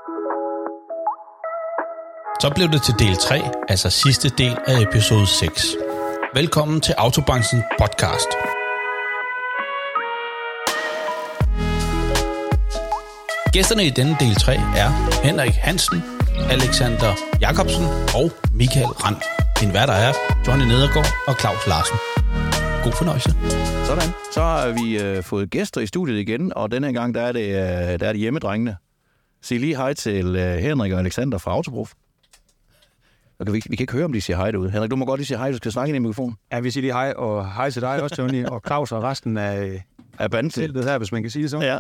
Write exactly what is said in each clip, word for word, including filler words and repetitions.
Så blev det til del tre, altså sidste del af episode seks. Velkommen til Autobranchen podcast. Gæsterne i denne del tre er Henrik Hansen, Alexander Jacobsen og Michael Rand. Din værter er Johnny Nedergaard og Claus Larsen. God fornøjelse. Sådan. Så har vi øh, fået gæster i studiet igen, og denne gang der er det, øh, der er det hjemmedrengene. Sig lige hej til øh, Henrik og Alexander fra Autoprof. Okay, vi, vi kan ikke høre, om de siger hej derude. Henrik, du må godt lige sige hej, du skal snakke ind i mikrofonen. Ja, vi siger lige hej, og hej til dig også, Tony, og Claus og resten af, af bandet her, hvis man kan sige det så. Ja.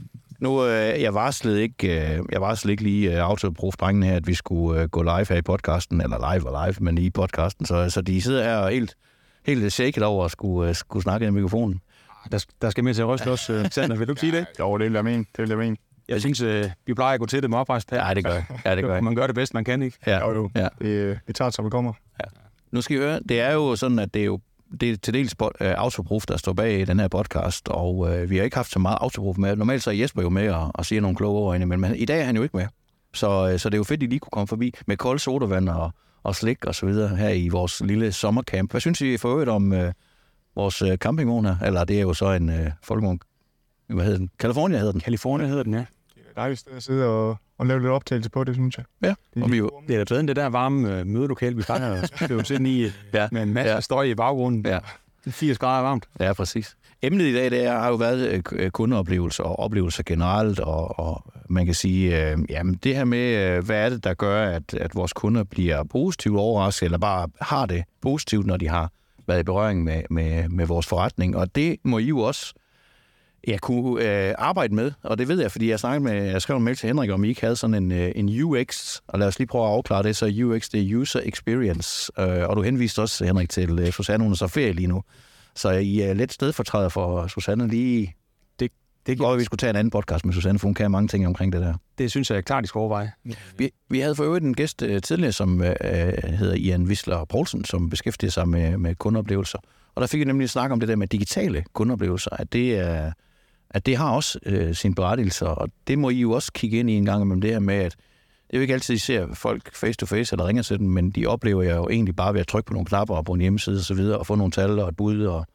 Nu, øh, jeg varslede ikke, øh, jeg varslede ikke lige øh, Autoprof-drengene her, at vi skulle øh, gå live her i podcasten, eller live og live, men i podcasten, så, så de sidder her helt, helt shaket over at skulle, øh, skulle snakke ind i mikrofonen. Der, der skal mere til at ryste også, Alexander, vil du ikke sige det? Jo, det vil jeg mene, det vil jeg mene. Jeg synes, øh, vi plejer at gå til det med oprejst. Ja, det gør jeg. Ja, det gør jeg. Man gør det bedst, man kan, ikke? Ja, jo, jo. Ja. Det, det tager det, som det kommer. Ja. Nu skal I høre, det er jo sådan, at det er jo det er til dels uh, Autoprof, der står bag i den her podcast, og uh, vi har ikke haft så meget Autoprof med. Normalt så er Jesper jo med og, og siger nogle kloge ord inde, men i dag er han jo ikke med. Så, uh, så det er jo fedt, at I lige kunne komme forbi med kold sodavand og, og slik og så videre her i vores lille sommercamp. Hvad synes I for øvrigt om uh, vores uh, campingvogn her? Eller det er jo så en uh, folkevogn. Hvad hedder den? California hedder den. California hedder den, ja. Det er dejligt sted at sidde og, og lave lidt optagelse på det, synes jeg. Ja, det og vi jo... Det er da bedre end det der varme uh, mødelokale, vi plejer at skrive ind i, ja. Med en masse ja. støj i baggrunden. Ja. firs grader varmt. Ja, præcis. Emnet i dag, det er, har jo været kundeoplevelser og oplevelser generelt, og, og man kan sige, øh, jamen det her med, øh, hvad er det, der gør, at, at vores kunder bliver positivt overrasket, eller bare har det positivt, når de har været i berøring med, med, med vores forretning. Og det må I jo også ja, kunne øh, arbejde med, og det ved jeg, fordi jeg snakkede med, jeg skrev en mail til Henrik, om I ikke havde sådan en, øh, en U X, og lad os lige prøve at afklare det, så U X, det er User Experience, øh, og du henviste også, Henrik, til øh, Susanne, hun er så ferie lige nu, så I er lidt stedfortræder for Susanne lige. Det, det går, at vi skulle tage en anden podcast med Susanne, for hun kan mange ting omkring det der. Det synes jeg klart, de skal overveje. Vi, vi havde for øvrigt en gæst øh, tidligere, som øh, hedder Ian Wisler Poulsen, som beskæftiger sig med, med kundeoplevelser, og der fik jeg nemlig snak om det der med digitale kundeoplevelser, at det er at det har også øh, sine berettigelser, og det må I jo også kigge ind i en gang imellem det her med, at det er jo ikke altid, I ser folk face-to-face eller ringer til dem, men de oplever jeg jo egentlig bare ved at trykke på nogle knapper og på en hjemmeside og så videre, og få nogle tal og et bud. Og...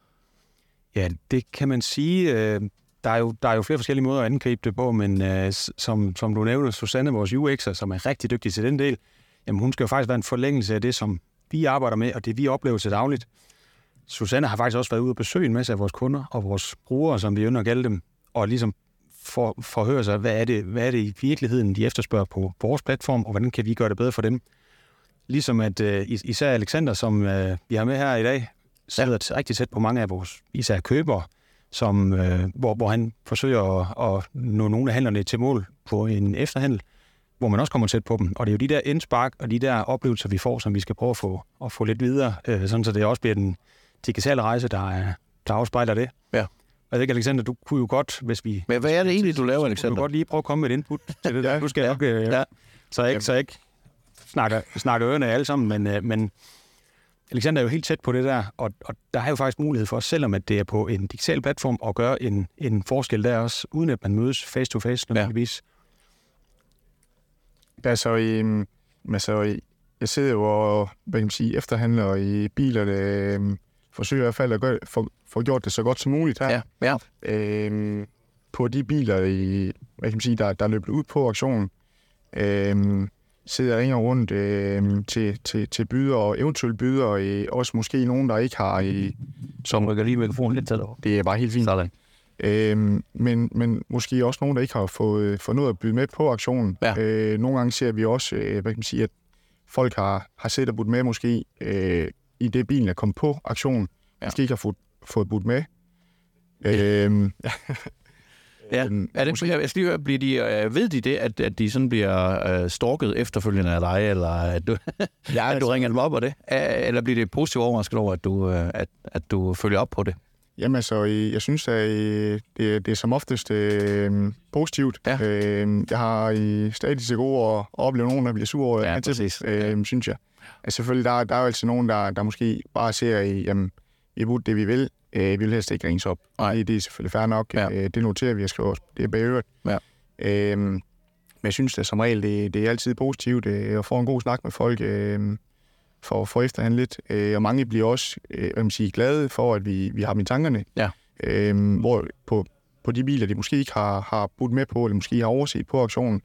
Ja, det kan man sige. Øh, der, er jo, der er jo flere forskellige måder at angribe det på, men øh, som, som du nævnte, Susanne, vores U X'er, som er rigtig dygtig til den del, jamen hun skal jo faktisk være en forlængelse af det, som vi arbejder med, og det vi oplever til dagligt. Susanne har faktisk også været ude og besøge en masse af vores kunder og vores brugere, som vi ønsker at kalde dem, og ligesom for, forhøre sig, hvad er, det, hvad er det i virkeligheden, de efterspørger på vores platform, og hvordan kan vi gøre det bedre for dem. Ligesom at uh, især Alexander, som uh, vi har med her i dag, sidder ja. rigtig tæt på mange af vores især købere, som, uh, hvor, hvor han forsøger at, at nå nogle af handlerne til mål på en efterhandel, hvor man også kommer tæt på dem. Og det er jo de der indspark og de der oplevelser, vi får, som vi skal prøve at få, at få lidt videre, uh, sådan så det også bliver den digitale rejse, der, der afspejler det. Ja. Jeg ved ikke, Alexander, du kunne jo godt, hvis vi... Men hvad er det egentlig, du laver, Alexander? Du kunne godt lige prøve at komme med et input til det der. Du skal ja, nok... Øh, ja. Så jeg ikke, så jeg ikke snakker, snakker ørerne af alle sammen, men, øh, men Alexander er jo helt tæt på det der, og, og der er jo faktisk mulighed for, selvom at det er på en digital platform, at gøre en, en forskel der også, uden at man mødes face-to-face, nødvendigvis. Ja. Altså, i, altså, jeg sidder jo og, hvad kan man sige, efterhandler i biler, der forsøger i hvert fald at gøre, for, få gjort det så godt som muligt her. Ja, ja. Øhm, på de biler, i, hvad kan man sige, der, der løber ud på auktionen, øhm, sidder og ringer rundt øhm, til, til, til byder og eventuelt byder, og også måske nogen, der ikke har... I, som rykker lige mikrofonen lidt tættere. Det er bare helt fint. Øhm, men, men måske også nogen, der ikke har fået, fået noget at byde med på auktionen. Ja. Øh, nogle gange ser vi også, øh, hvad kan man sige, at folk har, har set og budt med måske øh, i det bilen er kommet på auktionen, ja. Måske ikke har fået, fået budt med. Øhm, ja. Er det, jeg skal lige høre, bliver de, øh, ved de det, at, at de sådan bliver øh, stalket efterfølgende af dig, eller at du, ja, at du ringer dem op og det? Eller bliver det positivt overrasket over, at du, øh, at, at du følger op på det? Jamen altså, jeg synes, at det, det er som oftest øh, positivt. Ja. Øh, jeg har i stadig til gode at opleve nogen, der bliver sur over ja, det, øh, synes jeg. Altså, selvfølgelig, der, der er jo altså nogen, der, der måske bare ser, jamen, vi har budt det, vi vil. Øh, vi vil helst ikke ringes op. Nej. Det er selvfølgelig fair nok. Ja. Øh, det noterer vi, jeg skriver det er bagøret. Ja. Øh, jeg synes det som regel, det, det er altid positivt øh, at få en god snak med folk, øh, for, for efterhånden lidt. Øh, og mange bliver også øh, jeg sige, glade for, at vi, vi har dem i tankerne. Ja. Øh, hvor på, på de biler, de måske ikke har, har budt med på, eller måske har overset på auktionen.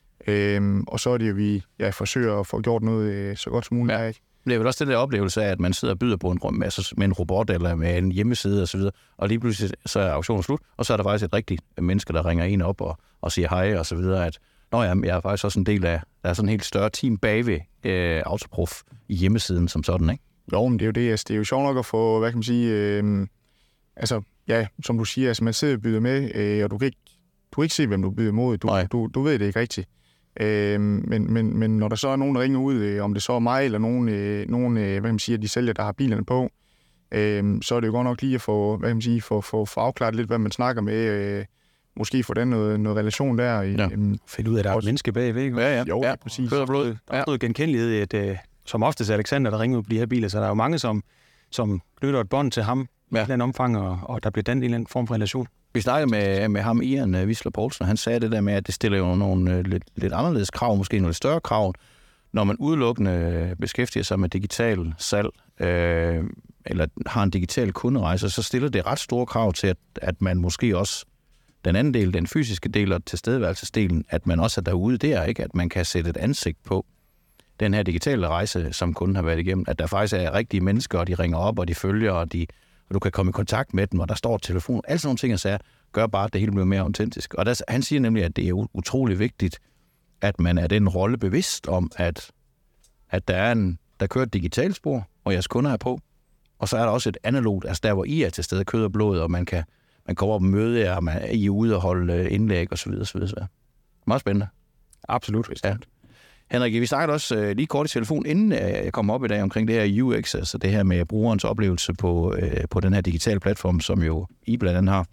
Øh, og så er det jo, vi ja, forsøger at få gjort noget øh, så godt som muligt. Ja. Det er vel også den der oplevelse af, at man sidder og byder på en rum, altså med en robot eller med en hjemmeside osv., og, og lige pludselig så er auktionen slut, og så er der faktisk et rigtigt menneske, der ringer en op og, og siger hej og så videre, at nå ja, jeg er faktisk også en del af, der er sådan en helt større team bagved øh, Autoprof i hjemmesiden som sådan, ikke? Jo, men det er jo det, altså, det er jo sjovt nok at få, hvad kan man sige, øh, altså, ja, som du siger, altså man sidder og byder med, øh, og du kan ikke, du kan ikke se, hvem du byder mod, du, du, du ved det ikke rigtigt. Øh, men, men, men når der så er nogen, der ringer ud, øh, om det så er mig eller nogen, øh, nogen øh, hvad kan man sige, de sælger, der har bilerne på, øh, så er det jo godt nok lige at få, hvad kan man sige, få, få, få afklaret lidt, hvad man snakker med, øh, måske få den noget, noget relation der. Ja. Øh, Finde ud af, at der er et menneske bagved, ikke? Ja, ja. Jo, ja. præcis. Der er noget, der er noget genkendelighed, at, øh, som oftest er Alexander, der ringer ud på de her biler, så der er jo mange, som, som knytter et bånd til ham ja. i et eller andet omfang, og, og der bliver dannet en eller anden form for relation. Vi snakkede med, med ham, Ian Wisler Poulsen, og han sagde det der med, at det stiller jo nogle uh, lidt, lidt anderledes krav, måske nogle større krav, når man udelukkende beskæftiger sig med digital salg, øh, eller har en digital kunderejse, så stiller det ret store krav til, at, at man måske også, den anden del, den fysiske del og tilstedeværelsesdelen, at man også er derude der, ikke? At man kan sætte et ansigt på den her digitale rejse, som kunden har været igennem, at der faktisk er rigtige mennesker, og de ringer op, og de følger, og de og du kan komme i kontakt med dem, og der står telefon. Alle sådan nogle ting, jeg siger, gør bare, at det hele bliver mere autentisk. Og der, han siger nemlig, at det er utrolig vigtigt, at man er den rolle bevidst om, at, at der, er en, der kører et digitalt spor, og jeres kunder er på. Og så er der også et analogt, altså der, hvor I er til stede, kød og blod, og man kan man kommer op og møde jer, og man er I ude og holde indlæg, og så videre, så videre, så videre. Meget spændende. Absolut. Ja. Henrik, vi snakkede også øh, lige kort i telefon, inden øh, jeg kom op i dag omkring det her U X, altså det her med brugerens oplevelse på, øh, på den her digitale platform, som jo I blandt andet har.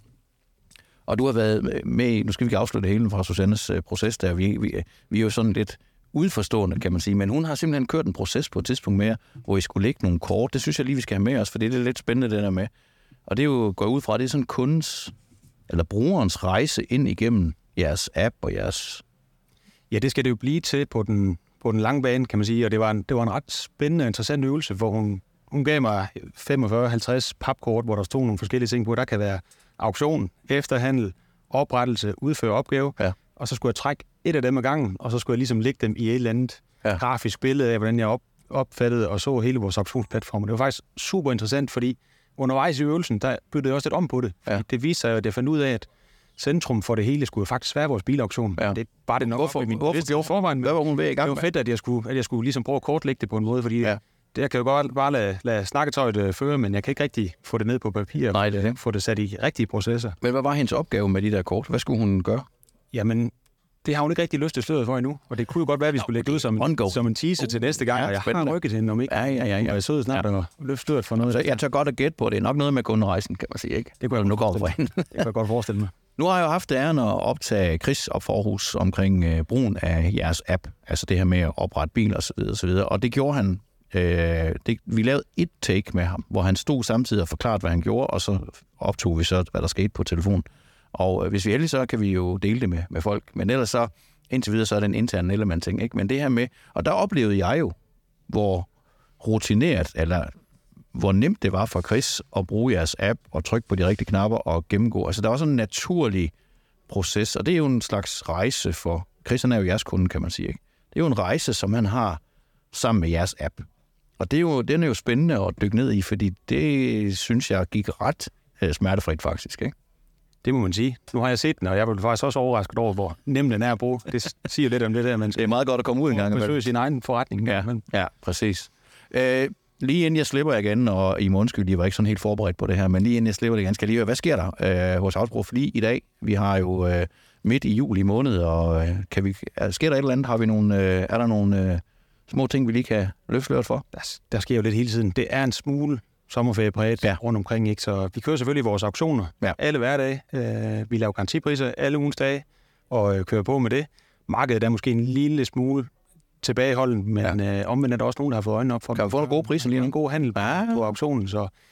Og du har været med, nu skal vi ikke afslutte hele fra Susannes øh, proces der, vi, vi, vi er jo sådan lidt udforstående, kan man sige, men hun har simpelthen kørt en proces på et tidspunkt mere, hvor I skulle lægge nogle kort. Det synes jeg lige, vi skal have med os, for det er lidt spændende, det der med. Og det er jo går ud fra, det er sådan kundens, eller brugerens rejse ind igennem jeres app og jeres... Ja, det skal det jo blive til på den, på den lange bane, kan man sige, og det var en, det var en ret spændende og interessant øvelse, hvor hun, hun gav mig femogfyrre halvtreds papkort, hvor der stod nogle forskellige ting på. Der kan være auktion, efterhandel, oprettelse, udføre opgave, ja. Og så skulle jeg trække et af dem ad gangen, og så skulle jeg ligesom lægge dem i et eller andet ja. grafisk billede af, hvordan jeg op, opfattede og så hele vores auktionsplatform. Det var faktisk super interessant, fordi undervejs i øvelsen, der byttede jeg også lidt om på det. Ja. Det viste sig jo, at jeg fandt ud af, at centrum for det hele skulle jo faktisk være vores bilauktion. Ja. Det er bare det nok hvorfor, op i min hvorfor gjorde forvejen. Hvad var hun ved i gang Det var fedt, at jeg skulle, at jeg skulle ligesom prøve at kortlægge det på en måde, fordi ja. det, jeg kan jo godt bare lade, lade snakketøjet øh, føre, men jeg kan ikke rigtig få det ned på papir. Nej, det er det. Få det sat i rigtige processer. Men hvad var hendes opgave med de der kort? Hvad skulle hun gøre? Jamen, det har hun ikke rigtig lyst til sløret for endnu, og det kunne jo godt være, at vi skulle lægge ud som, som en teaser uh, til næste gang, ja, og jeg spændende. har rykket hende om ikke. Ja, ja, ja. ja. Og jeg sidder snart ja. og løfter sløret for noget. Så jeg tør godt at gætte på, det er nok noget med kunderejsen, kan man sige, ikke? Det kunne jeg nu går for hende. Det kan jeg godt forestille mig. Nu har jeg jo haft æren at optage Chris op Forhus omkring øh, brugen af jeres app, altså det her med at oprette bil og så videre, og så videre. Og det gjorde han. Øh, det, vi lavede et take med ham, hvor han stod samtidig og forklarede, hvad han gjorde, og så optog vi så, hvad der skete på telefon. Og øh, hvis vi er heldige, så kan vi jo dele det med, med folk. Men ellers så, indtil videre, så er det en intern element-ting, ikke? Men det her med, og der oplevede jeg jo, hvor rutineret, eller hvor nemt det var for Chris at bruge jeres app og trykke på de rigtige knapper og gennemgå. Altså, der var sådan en naturlig proces, og det er jo en slags rejse for... Chris, han er jo jeres kunde, kan man sige, ikke? Det er jo en rejse, som han har sammen med jeres app. Og det er jo, den er jo spændende at dykke ned i, fordi det, synes jeg, gik ret øh, smertefrit faktisk, ikke? Det må man sige. Nu har jeg set den, og jeg blev faktisk også overrasket over, hvor nem den er at bruge. Det siger lidt om det der, man skal... Det er meget godt at komme ud en gang. Man besøge sin egen forretning. Ja, men... ja præcis. Øh, lige inden jeg slipper igen, og I må undskylde, jeg var ikke sådan helt forberedt på det her, men lige inden jeg slipper det igen, skal jeg lige høre, hvad sker der øh, hos Autoprof lige i dag? Vi har jo øh, midt i juli måned, og øh, kan vi, er, sker der et eller andet? Har vi nogle, øh, er der nogle øh, små ting, vi lige kan løfte lidt for? Der, der sker jo lidt hele tiden. Det er en smule sommerferiepræget ja. rundt omkring, ikke? Så vi kører selvfølgelig vores auktioner ja. alle hverdage. Øh, vi laver garantipriser alle ugens dage, og øh, kører på med det. Markedet er måske en lille smule tilbageholden, men ja. øh, omvendt er der også nogen, der har fået øjnene op for. Kan vi få nogle gode priser lige nu? En god handel ja. på auktionen, så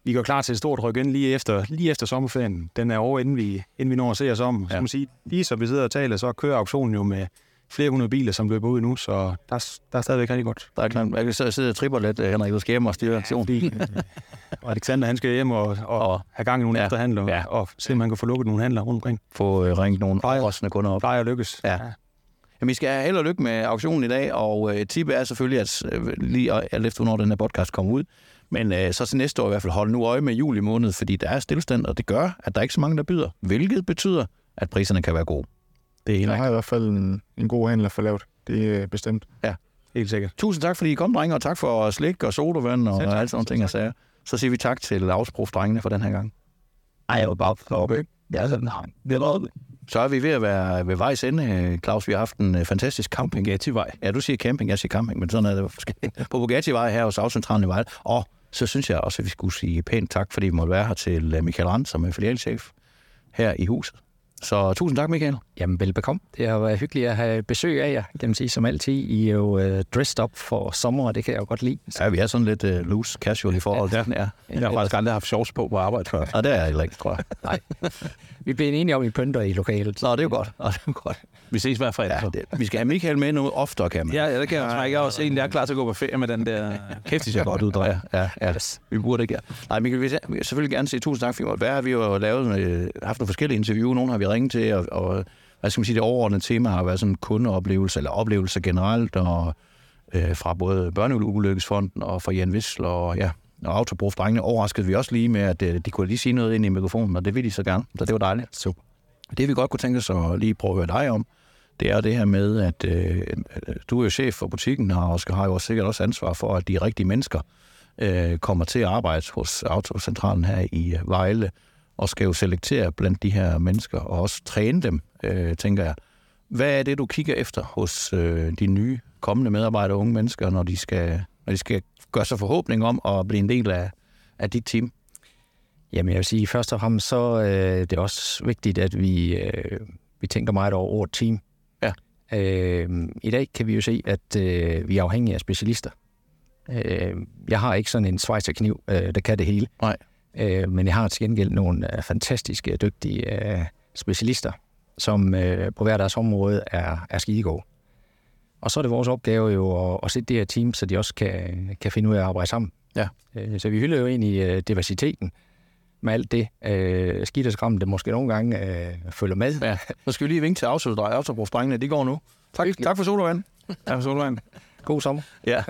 vi går klar til et stort ryk ind lige efter, lige efter sommerferien. Den er over, inden vi, inden vi når at se os om. Ja. Så man sige, lige så vi sidder og taler, så kører auktionen jo med flere hundrede biler, som løber ud nu, så der, der er stadigvæk rigtig godt. Der er klart, jeg kan så sidde og tripper lidt, Henrik, du skal hjem og styre aktionen. Ja, og Alexander, han skal hjem og, og, og have gang i nogle ja. efterhandler, ja. og se, om han kan få lukket nogle handler rundt omkring. Få øh, ringet nogle overraskende kunder op. Plejer at lykkes. Ja. Ja. Jamen, vi skal have held og lykke med auktionen i dag, og øh, tippet er selvfølgelig, at øh, lige alt efter, når den her podcast kommer ud, men øh, så til næste år i hvert fald holde nu øje med juli måned, fordi der er stillestand, og det gør, at der er ikke så mange, der byder, hvilket betyder, at priserne kan være gode. Det er helt. Jeg har i hvert fald en, en god handler for lavt. Det er bestemt. Ja, helt sikkert. Tusind tak, fordi I kom, drenge, og tak for slik og sodavand og, og alt sådan ting, jeg sagde. Så siger vi tak til Ausprof-drengene for den her gang. Ej, jeg var bare for oppe. Ja, sådan, nej, det var det. Så er vi ved at være ved vejs ende, Claus. Vi har haft en fantastisk camping. Bugatti-vej. Ja, du siger camping, jeg siger camping, men sådan er det forskelligt. På Bugatti-vej her hos Afcentralen i Vejle. Og så synes jeg også, at vi skulle sige pænt tak, fordi vi måtte være her til Michael Rand, som er filialchef her i huset. Så tusind tak, Michael. Jamen, velbekomme. Det har været hyggeligt at have besøg af jer, kan man sige, som altid. I er jo uh, dressed up for sommer, og det kan jeg jo godt lide. Ja, vi er sådan lidt uh, loose casual i forhold til ja, den her. Jeg har faktisk aldrig haft shorts på på arbejde før. Og det er jeg heller ikke, tror jeg. Nej. Vi bliver enige om, I pynter i lokalet. Nå, det er jo godt. Nå, det er jo godt. Vi ses hver fredag. Ja, det, vi skal have Michael med nu oftere, kan man. Ja, ja, det kan jeg også. Jeg er også egentlig er klar til at gå på ferie med den der. Kæft, det ser godt ud, drejer. Ja, ja. Vi burde ikke. Nej, Michael, vi vil selvfølgelig gerne sige tusind tak, for I måtte være. Vi har jo lavet, øh, haft nogle forskellige interview. Nogle har vi ringet til, og, og hvad skal man sige, det overordnede tema har været sådan kundeoplevelse, eller oplevelse generelt, og øh, fra både Børneulykkesfonden og fra Jan Vissel og ja, og Autoprof-drengene overraskede vi også lige med, at øh, de kunne lige sige noget ind i mikrofonen, og det ville de så gerne. Så det var dejligt. Super. Det vi godt kunne tænke os at lige prøve at høre dig om, det er det her med, at øh, du er jo chef for butikken, og Oscar har jo også sikkert også ansvar for, at de rigtige mennesker øh, kommer til at arbejde hos Autocentralen her i Vejle, og skal jo selektere blandt de her mennesker, og også træne dem, øh, tænker jeg. Hvad er det, du kigger efter hos øh, de nye kommende medarbejdere og unge mennesker, når de skal, når de skal gøre sig forhåbning om at blive en del af, af dit team? Jamen, jeg vil sige, først og fremmest så øh, det er også vigtigt, at vi, øh, vi tænker meget over ordet team. Ja. Øh, I dag kan vi jo se, at øh, vi er afhængige af specialister. Øh, jeg har ikke sådan en schweizerkniv, øh, der kan det hele. Nej. Øh, men jeg har til gengæld nogle øh, fantastiske, dygtige øh, specialister, som øh, på hver deres område er, er skidegode. Og så er det vores opgave jo at, at sætte det her team, så de også kan, kan finde ud af at arbejde sammen. Ja. Øh, så vi hylder jo egentlig øh, diversiteten med alt det øh, skidt og skram, det måske nogle gange øh, følger med. Ja. Så skal vi lige vinke til Autoprof-drengene. De går nu. Tak, tak for sodavand. Ja, for sodavand. God sommer. Ja.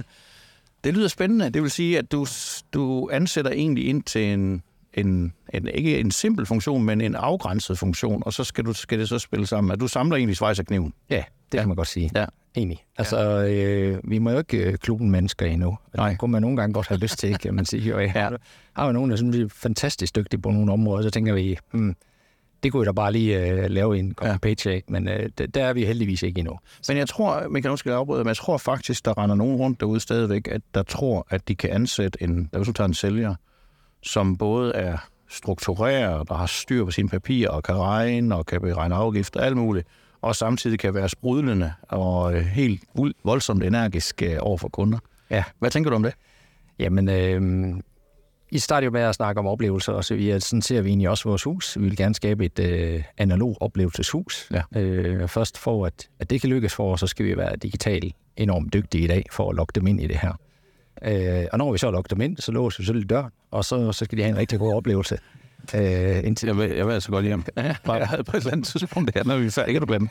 Det lyder spændende. Det vil sige, at du, du ansætter egentlig ind til en, en, en, ikke en simpel funktion, men en afgrænset funktion, og så skal, du, skal det så spille sammen. At du samler egentlig schweizerkniven. Ja, det ja. kan man godt sige. Ja. Enig. Altså, øh, vi må jo ikke øh, klubben mennesker endnu. Nej. Det kunne man nogle gange godt have lyst til, kan man sige. Og jeg ja. har jo nogen, der synes, er fantastisk dygtige på nogle områder, så tænker vi, hmm, det kunne jeg da bare lige øh, lave en ja. page af, men øh, der er vi heldigvis ikke endnu. Men jeg tror, man kan også afbryde, men jeg tror faktisk, der render nogen rundt derude stadigvæk, at der tror, at de kan ansætte en, der tager en sælger, som både er struktureret, der har styr på sine papirer, og kan regne, og kan beregne afgifter og alt muligt, og samtidig kan være sprudlende og øh, helt voldsomt energisk øh, over for kunder. Ja. Hvad tænker du om det? Jamen, øh, I starter jo med at snakke om oplevelser, og så vi, sådan ser vi egentlig også vores hus. Vi vil gerne skabe et øh, analog oplevelseshus. Ja. Øh, først for, at, at det kan lykkes for os, så skal vi være digitalt enormt dygtige i dag for at lokke dem ind i det her. Øh, og når vi så har lukket dem ind, så låser vi selvfølgelig døren, og så, så skal de have en rigtig god oplevelse. Øh, indtil... jeg, vil, jeg vil altså godt hjem. Bare på et eller andet tidspunkt, det her, når vi er færdige. Ikke du glemme.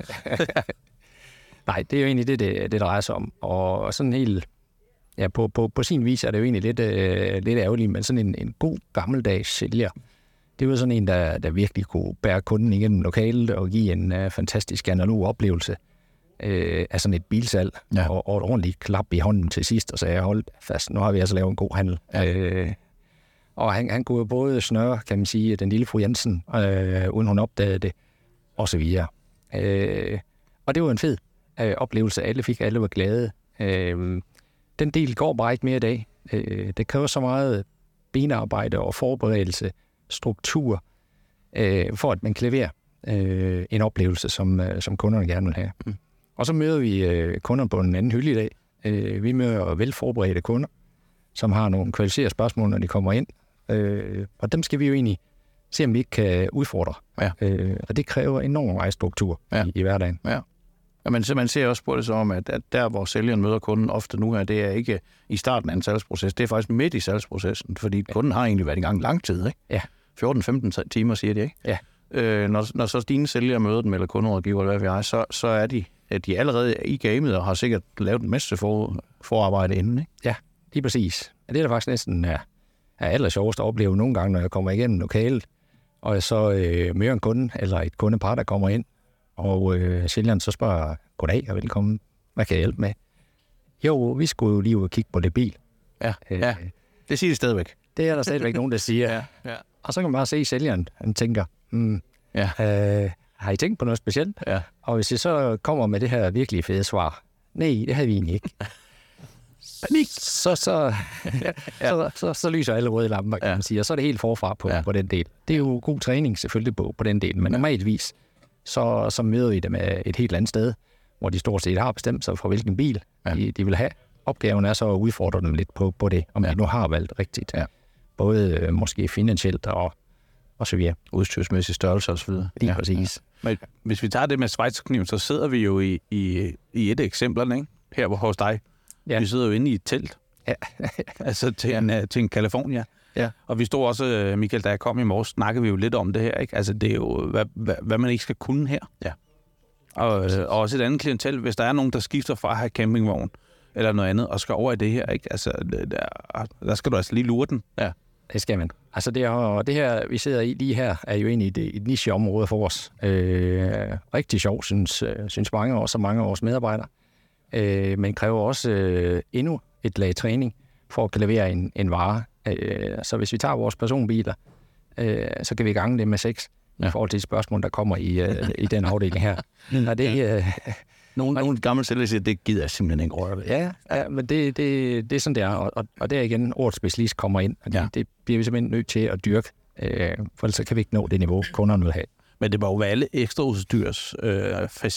Nej, det er jo egentlig det, det, det drejer sig om. Og sådan helt... Ja, på, på, på sin vis er det jo egentlig lidt, øh, lidt ærgerligt, men sådan en, en god gammeldags sælger, det er jo sådan en, der, der virkelig kunne bære kunden igennem lokalet og give en uh, fantastisk analog oplevelse øh, af sådan et bilsalg, ja. og, og et ordentligt klap i hånden til sidst, og så jeg holdt fast, nu har vi altså lavet en god handel. Ja. Øh, og han, han kunne jo både snøre, kan man sige, den lille fru Jensen, øh, uden hun opdagede det, og så videre. Øh, og det var en fed øh, oplevelse, alle fik, alle var glade. Øh, Den del går bare ikke mere i dag. Det kræver så meget benarbejde og forberedelse, struktur, for at man kan levere en oplevelse, som, som kunderne gerne vil have. Mm. Og så møder vi kunder på en anden hylde i dag. Vi møder velforberedte kunder, som har nogle kvalificerede spørgsmål, når de kommer ind. Øh, og dem skal vi jo egentlig se, om vi ikke kan udfordre. Ja. Øh, og det kræver enormt meget struktur Ja. i, i hverdagen. Ja. Ja, men man ser også på det som, at, at der, hvor sælgeren møder kunden ofte nu her, det er ikke i starten af en salgsproces, det er faktisk midt i salgsprocessen, fordi ja. kunden har egentlig været i gang lang tid, ikke? Ja. fjorten femten timer, siger de, ikke? Ja. Øh, når, når så dine sælgere møder dem, eller kunderådgiver, eller hvad vi er, så, så er de, at de allerede i gamet og har sikkert lavet en masse for, forarbejde inden, ikke? Ja, lige præcis. Og det er da faktisk næsten er, er aller sjovest at opleve nogle gange, når jeg kommer igennem lokalet, og jeg så øh, møder en kunde, eller et kundepar, der kommer ind, og øh, sælgeren så spørger, goddag og velkommen, hvad kan jeg hjælpe med? Jo, vi skulle jo lige ud og kigge på det bil. Ja, øh, ja. Det siger de stadigvæk. Det er der stadigvæk nogen, der siger. Ja, ja. Og så kan man bare se sælgeren, han tænker, hmm, Ja. øh, har I tænkt på noget specielt? Ja. Og hvis jeg så kommer med det her virkelig fede svar, nej, det havde vi egentlig ikke. Panik! Så, så, ja, så, så, så lyser alle røde lamper, kan Ja. man sige, og så er det helt forfra på, Ja. på den del. Det er jo god træning selvfølgelig på, på den del, men normaltvis, så, så møder vi dem et helt andet sted, hvor de stort set har bestemt sig for, hvilken bil Ja. de, de vil have. Opgaven er så at udfordre dem lidt på, på det, om Ja. de nu har valgt rigtigt. Ja. Både øh, måske finansielt og, og så videre. Udstyrsmæssig størrelse og så videre. Lige præcis. Men hvis vi tager det med schweizerkniven, så sidder vi jo i, i, i et af eksemplerne, ikke? Her hos dig. Ja. Vi sidder jo inde i et telt. Ja. altså til en, øh, til en California. Ja. Og vi stod også, øh, Michael, da jeg kom i morges, snakkede vi jo lidt om det her, ikke? Altså det er jo, hvad, hvad, hvad man ikke skal kunne her. Ja. Og, øh, og også et andet klientel, hvis der er nogen, der skifter fra at have campingvogn eller noget andet, og skal over i det her, ikke? Altså, der, der skal du altså lige lure den. Ja. Det skal man. Altså det, her, det her, vi sidder i lige her, er jo egentlig et, et nicheområde for os. Øh, rigtig sjovt, synes, synes mange af os og mange af vores medarbejdere. Øh, men kræver også øh, endnu et lag træning for at kunne levere en, en vare. Øh, så hvis vi tager vores personbiler, øh, så kan vi gange det med seks ja. i forhold til de spørgsmål, der kommer i, øh, i den afdeling her. Og det, øh, Nogle, nogle gamle sælgere siger, det gider jeg simpelthen ikke røre ved. Ja, ja, men det, det, det er sådan, det er. Og, og, og der igen, ordet specialist kommer ind. Og det, Ja. det bliver vi simpelthen nødt til at dyrke, øh, for ellers kan vi ikke nå det niveau, kunderne vil have. Men det må jo være alle ekstra udstyrs øh,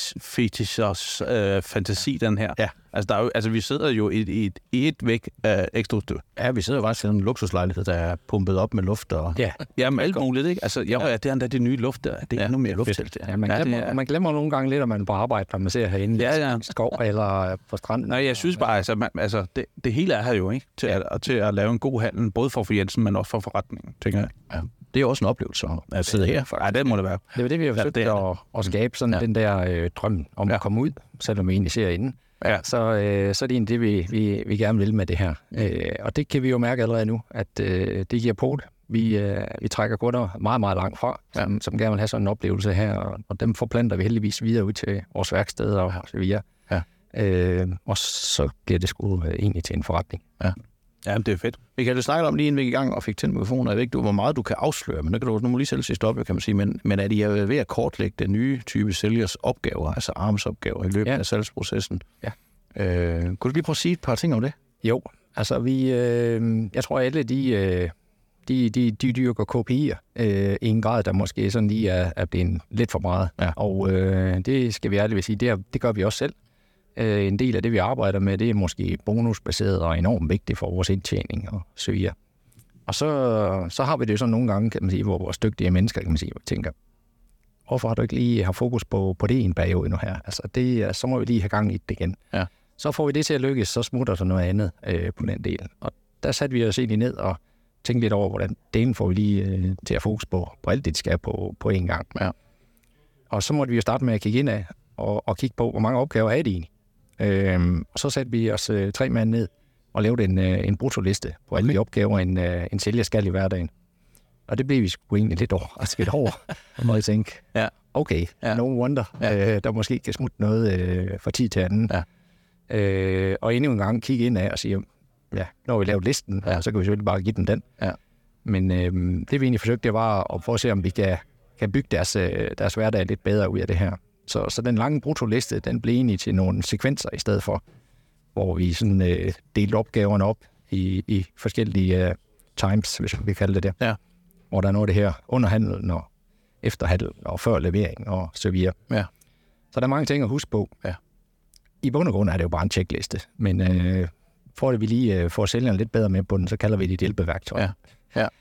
fetishers øh, fantasi, den her. Ja. Altså, der er jo, altså, vi sidder jo i et, i et, i et væk af ekstra udstyr. Ja, vi sidder jo faktisk i en luksuslejlighed, der er pumpet op med luft. Og... Ja, Jamen, alt muligt, ikke? Altså, jo, ja, det er endda det nye luft der. Det er Ja, endnu mere fedt. lufttelt. ja, man, Ja, glemmer, det er- man glemmer nogle gange lidt, at man er på arbejde, når man ser herinde Ja, ja. i skov eller på stranden. Nej, jeg synes bare, altså, man, altså det, det hele er her jo, ikke? Til at, og til at lave en god handel, både for, for Jensen, men også for forretningen, tænker jeg. Ja. Det er jo også en oplevelse at sidde her. Nej, det må det være. Det er det, vi har forsøgt det er at, at skabe, sådan Ja. den der øh, drøm om Ja. at komme ud, selvom vi egentlig ser inde. Ja. Så, øh, så er det egentlig det, vi, vi, vi gerne vil med det her. Øh, og det kan vi jo mærke allerede nu, at øh, det giver på det. Vi, øh, vi trækker kunder meget, meget langt fra, som, ja. som gerne vil have sådan en oplevelse her, og, og dem forplanter vi heldigvis videre ud til vores værksteder og så videre. Ja. Øh, og så bliver det sgu øh, egentlig til en forretning. Ja. Ja, det er fedt. Michael, du snakkede om lige inden vi gik i gang og fik tændt mikrofonen, jeg ved ikke, du, hvor meget du kan afsløre, men det kan du nu må lige selv sige stop, kan man sige, men, men er de ved at kortlægge den nye type sælgers opgaver, altså armsopgaver i løbet Ja. af salgsprocessen? Ja. Øh, kunne du lige prøve at sige et par ting om det? Jo, altså vi, øh, jeg tror alle de, øh, de, de, de dyrker K P I'er øh, i en grad, der måske sådan lige er, er blevet lidt for meget. Ja. Og øh, det skal vi ærligt vil sige, det, er, det gør vi også selv. Øh, en del af det, vi arbejder med, det er måske bonusbaseret og enormt vigtigt for vores indtjening og så videre. Og så, så har vi det jo sådan nogle gange, kan man sige, hvor vores dygtige mennesker, kan man sige, tænker, hvorfor har du ikke lige haft fokus på, på det i en periode nu her? Altså, det, så må vi lige have gang i det igen. Ja. Så får vi det til at lykkes, så smutter der noget andet øh, på den del. Og der satte vi os egentlig ned og tænkte lidt over, hvordan delen får vi lige øh, til at fokus på, på alt det, de skal på, på én gang. Ja. Og så måtte vi jo starte med at kigge ind af og, og kigge på, hvor mange opgaver er det egentlig. Øhm, og så satte vi os øh, tre mand ned og lavede en, øh, en brutoliste på alle de opgaver, en, øh, en sælger skal i hverdagen. Og det blev vi sgu egentlig lidt overrasket over, og jeg tænke, Ja. okay, Ja. no wonder, Ja. øh, der måske kan smutte noget øh, fra tid til anden. Ja. Øh, og endnu en gang kigge ind af og sige, ja, når vi lavet listen, Ja. så kan vi selvfølgelig bare give dem den. Ja. Men øh, det vi egentlig forsøgte, det var at prøve at se, om vi kan, kan bygge deres, øh, deres hverdag lidt bedre ud af det her. Så, så den lange brutoliste, den blev egentlig til nogle sekvenser i stedet for, hvor vi sådan øh, delte opgaverne op i, i forskellige øh, times, hvis vi kan kalde det det. Ja. Hvor der er noget af det her under handelen og efter handelen og før levering og så videre. Ja. Så der er mange ting at huske på. Ja. I bund og grund er det jo bare en checkliste, men øh, for at vi lige øh, får sælgeren lidt bedre med på den, så kalder vi det et hjælpeværktøj. Ja. Ja.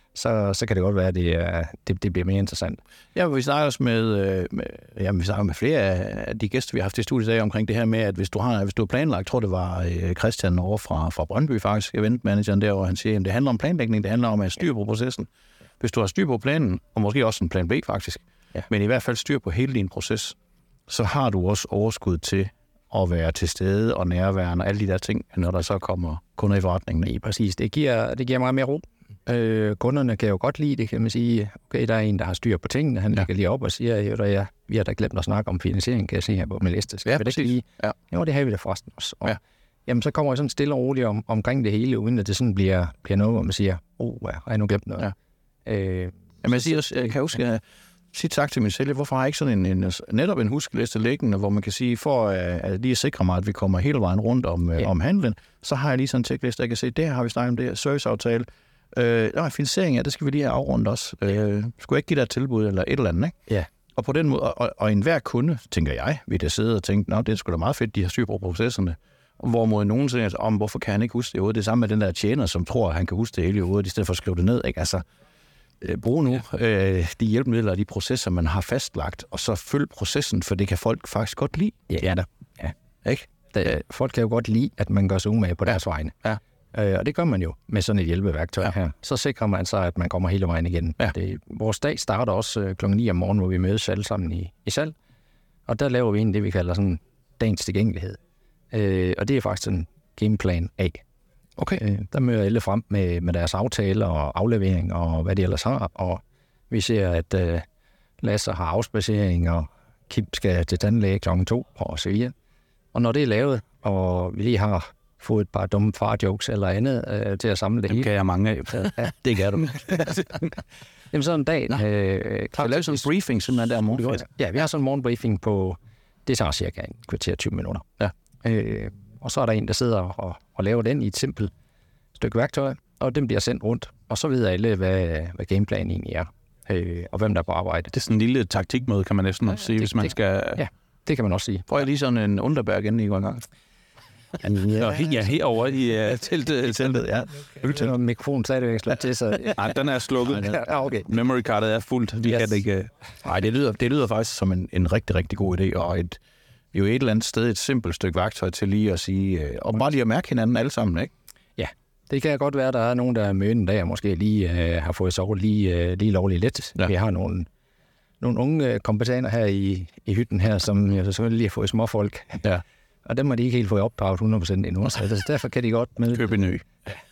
så, så kan det godt være, at det, er, det, det bliver mere interessant. Ja, vi snakker også med, med, jamen, vi snakker med flere af de gæster, vi har haft i studiet i dag, omkring det her med, at hvis du har, hvis du har planlagt, jeg tror det var Christian over fra, fra Brøndby faktisk, eventmanageren derovre, han siger, at det handler om planlægning, det handler om at styr på processen. Hvis du har styr på planen, og måske også en plan B faktisk, ja. men i hvert fald styr på hele din proces, så har du også overskud til at være til stede og nærværende og alle de der ting, når der så kommer kunder i forretningen. Nej, præcis. Det giver, det giver meget mere ro. Øh, kunderne kan jo godt lide det, kan man sige. Okay, der er en, der har styr på tingene. Han ja. ligger lige op og siger, at ja, vi har da glemt at snakke om finansiering, kan jeg se her på min liste. Skal ja, vi det ikke lige? Ja. Jo, det har vi da forresten også. Og, ja. Jamen, så kommer jeg sådan stille og roligt om, omkring det hele, uden at det sådan bliver, bliver noget, hvor man siger, åh, oh, har jeg nu glemt noget? Ja. Øh, Jamen, jeg, siger også, jeg kan huske, at sige tak til min sælger, hvorfor har jeg ikke sådan en, en, netop en huskeliste liggende, hvor man kan sige, for at lige sikre mig, at vi kommer hele vejen rundt om, ja. om handlen, så har jeg lige sådan en checkliste, jeg kan se, der har vi snakket om det, serviceaftale, øh, nej, finansiering, ja, det skal vi lige have afrundet også. Øh, skulle jeg ikke give dig et tilbud eller et eller andet, ikke? Ja. Og på den måde, og, og enhver kunde, tænker jeg, vil det sidde og tænke, nå, det er sgu da meget fedt, de har styr på processerne. Hvorimod nogen siger, om hvorfor kan han ikke huske det i hovedet? Det er samme med den der tjener, som tror, at han kan huske det hele i hovedet, i stedet for at skrive det ned, ikke? Altså, brug nu øh, de hjælpemidler og de processer, man har fastlagt, og så følg processen, for det kan folk faktisk godt lide. Ja, da. Ja. Ikke? Det, folk kan jo godt lide, at man gør sig umage på deres vegne. Ja. Øh, og det gør man jo med sådan et hjælpeværktøj ja. her. Så sikrer man sig, at man kommer hele vejen igen. Ja. Det, vores dag starter også øh, klokken ni om morgenen, hvor vi mødes alle sammen i, i salg. Og der laver vi en det, vi kalder sådan dagens tilgængelighed. Øh, og det er faktisk en gameplan A. Okay. Øh, der møder alle frem med, med deres aftaler og aflevering og hvad de ellers har, og vi ser, at øh, Lasse har afspacering, og Kim skal til tandlæge klokken to, og så videre. Og når det er lavet, og vi lige har fået et par dumme far-jokes eller andet øh, til at samle det Dem hele. kan jeg mange af. Ja, det kan du. Jamen sådan en dag... Øh, klar, vi laver sådan en briefing simpelthen der morgen. Ja, vi har sådan en morgenbriefing på... Det tager cirka en kvarter tyve minutter. Ja. Øh, og så er der en, der sidder og, og laver den i et simpelt stykke værktøj, og den bliver sendt rundt, og så ved alle, hvad, hvad gameplanen egentlig er, øh, og hvem der er på arbejde. Det er sådan en lille taktikmøde, kan man næsten ja, sige, det, hvis man det, skal... Ja, det kan man også sige. Får jeg lige sådan en Underberg inden i går en gang? Ja, ja, herovre i uh, teltet. teltet, ja. Okay. Okay. Mikrofonen stadigvæk slået til, så... Nej, den er slukket. Ja, okay. Memory-kartet er fuldt. De yes. kan det ikke... Nej, det lyder, det lyder faktisk som en, en rigtig, rigtig god idé, og et, jo et eller andet sted et simpelt stykke værktøj til lige at sige... Og bare lige at mærke hinanden alle sammen, ikke? Ja, det kan godt være, at der er nogen, der er med en dag, og måske lige øh, har fået sovet lige, øh, lige lovligt lidt. Ja. Vi har nogle, nogle unge kompetenter her i, i hytten her, som jeg selvfølgelig lige har fået småfolk. Ja. Og dem har de ikke helt fået opdraget hundrede procent endnu, så derfor kan de godt med. Købe en ny.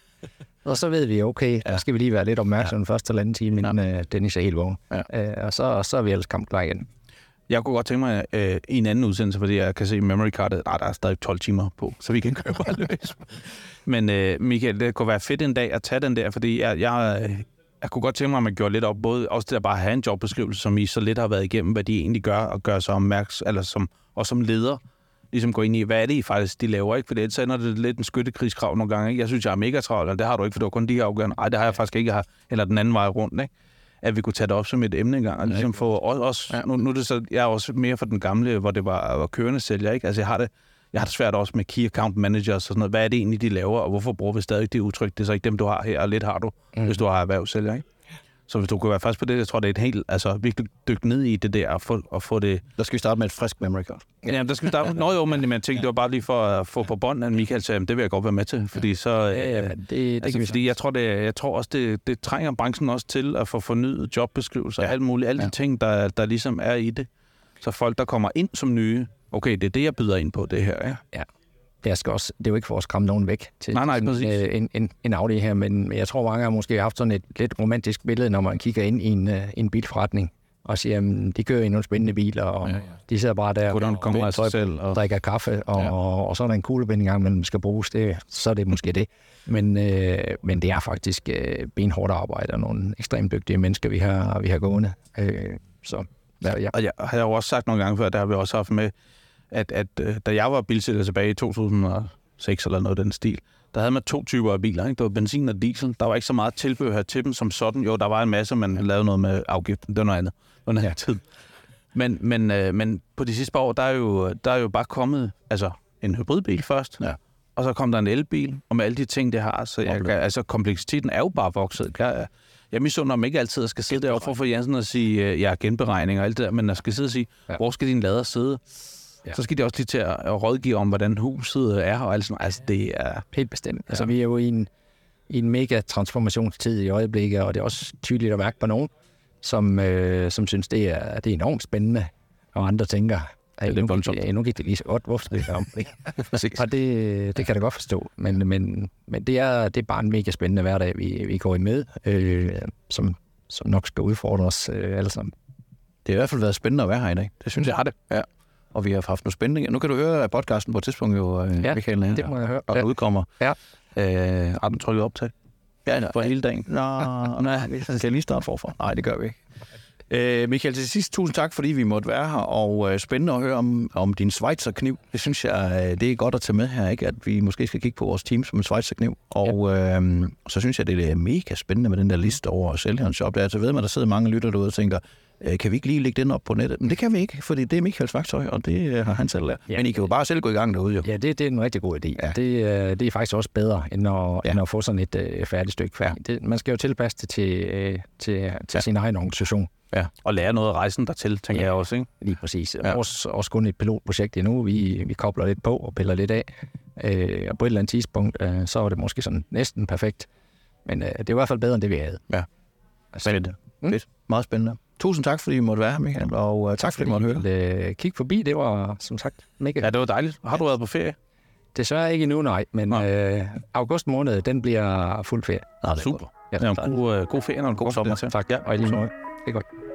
Og så ved vi, okay, der skal vi lige være lidt opmærksomme ja. første eller anden time, inden ja. Dennis er helt vågen. Ja. Øh, og så, så er vi ellers kamp klar igen. Jeg kunne godt tænke mig øh, en anden udsendelse, fordi jeg kan se memory-kartet. Nej, der er stadig tolv timer på, så vi kan køre bare løs. Men øh, Michael, det kunne være fedt en dag at tage den der, fordi jeg, jeg, jeg kunne godt tænke mig, at man gjorde lidt op, både også det at bare have en jobbeskrivelse, som I så lidt har været igennem, hvad de egentlig gør, og gør sig opmærksom, eller som, og som leder, ligesom gå ind i, hvad er det I faktisk, de laver, ikke? For det ender det lidt en skyttekrigskrav nogle gange, ikke? Jeg synes, jeg er mega travlt, og det har du ikke, for det var kun de her afgørende. Nej, det har jeg faktisk ikke, har, eller den anden vej rundt, ikke? At vi kunne tage det op som et emne engang, og ligesom få også, ja. nu, nu er det så, jeg er også mere for den gamle, hvor det var, var kørende sælger, ikke? Altså jeg har det, jeg har det svært også med key account managers og sådan noget. Hvad er det egentlig, de laver, og hvorfor bruger vi stadig det udtryk? Det er så ikke dem, du har her, og lidt har du, mm. hvis du har erhvervssælger, ikke? Så hvis du kunne være fast på det, jeg tror, det er et helt, altså virkelig dykke ned i det der, og få, og få det... Der skal vi starte med et frisk memory card. Ja, der skal vi starte... Nå jo, men jeg tænkte, det var bare lige for at få på bånd, at Michael sagde, det vil jeg godt være med til, fordi så... Ja, ja, det, det altså, kan fordi jeg tror, det, jeg tror også, det, det trænger branchen også til at få fornyet jobbeskrivelser, ja. alt muligt, alle ja. de ting, der, der ligesom er i det. Så folk, der kommer ind som nye, okay, det er det, jeg byder ind på, det her, ja. Ja. Jeg skal også, det er jo ikke for at skræmme nogen væk til nej, nej, sådan, øh, en, en, en Audi her, men jeg tror, mange har måske haft sådan et lidt romantisk billede, når man kigger ind i en, uh, en bilforretning og siger, at de kører i nogle spændende biler, og ja, ja. de sidder bare der og, og, og, sig selv, og drikker kaffe, og, ja. og, og så er der en kuglepen engang, man skal bruges, det, så er det måske det. Men, øh, men det er faktisk øh, benhårdt arbejde, og nogle ekstremt dygtige mennesker, vi har, vi har gående. Øh, så, ja, ja. Og jeg har jo også sagt nogle gange før, der har vi også haft med, at, at da jeg var bilsælger tilbage i to tusind og seks eller noget af den stil, der havde man to typer af biler, ikke? Der var benzin og diesel. Der var ikke så meget tilbehør til dem som sådan. Jo, der var en masse, man lavede noget med afgiften. Det var noget andet. Det var noget tid. Men, men, øh, men på de sidste par år, der er jo, der er jo bare kommet altså, en hybridbil først, ja. og så kom der en elbil, og med alle de ting, det har. Så jeg, altså, kompleksiteten er jo bare vokset. Jeg, Jeg misunder dem ikke altid at skal sidde derovre for at få Jensen og sige, øh, ja, genberegning og alt det der, men jeg skal sidde og sige, ja. hvor skal dine lader sidde? Ja. Så skal de også lige til at rådgive om, hvordan huset er og alt sådan. Altså, det er... Helt bestemt. Ja. Altså, vi er jo i en, i en mega transformationstid i øjeblikket, og det er også tydeligt at mærke på nogen, som, øh, som synes, det er, det er enormt spændende, og andre tænker, at nu, gik, nu gik det lige så godt, hvorfor skal det om det? Og det, det kan jeg da godt forstå, men, men, men det, er, det er bare en mega spændende hverdag, vi, vi går i med, øh, som, som nok skal udfordre os øh, alle sammen. Det har i hvert fald været spændende at være her i dag. Det synes jeg har det. Ja. Og vi har haft nogle spændende... Nu kan du høre podcasten på et tidspunkt, jo, ja, Michael. Ja, det må jeg høre. Og den udkommer. Ja. Øh, har den trykket optag? Ja, for hele dagen. Nå, nej, vi skal lige starte forfra. Nej, det gør vi ikke. Øh, Michael, til sidst, tusind tak, fordi vi måtte være her, og øh, spændende at høre om, om din Schweizerkniv. Det synes jeg, det er godt at tage med her, ikke? At vi måske skal kigge på vores team som en Schweizerkniv. Og ja. øh, så synes jeg, det er mega spændende med den der liste over Sælgerens shop. Der, så ved man, der sidder mange lytter derude og tænker, øh, kan vi ikke lige lægge den op på nettet? Men det kan vi ikke, fordi det er Michaels værktøj, og det øh, har han selv lært. Ja. Men I kan jo bare selv gå i gang derude, jo. Ja, det, det er en rigtig god idé. Ja. Det, øh, det er faktisk også bedre, end at, ja. end at få sådan et øh, færdigt stykke færdigt. Det, man skal jo tilpasse det til, øh, til, til ja. sin egen organisation. Ja, og lære noget af rejsen dertil, tænker ja, jeg også, ikke? Lige præcis. Ja. Også, også kun et pilotprojekt endnu. Vi, vi kobler lidt på og piller lidt af. Øh, og på et eller andet tidspunkt, øh, så er det måske sådan næsten perfekt. Men øh, det er i hvert fald bedre, end det vi havde. Ja, spændende. Mm. Fedt. Meget spændende. Tusind tak, fordi I måtte være her, Michael, og uh, tak, fordi I måtte høre. Øh, kig forbi, det var som sagt mega. Ja, det var dejligt. Har du været på ferie? Desværre ikke endnu, nej, men øh, august måned, den bliver fuld ferie. Ah, super. Ja, det er en god, uh, god ferie og en god sommer. Tak, ja. Og i lige måde. Det er godt.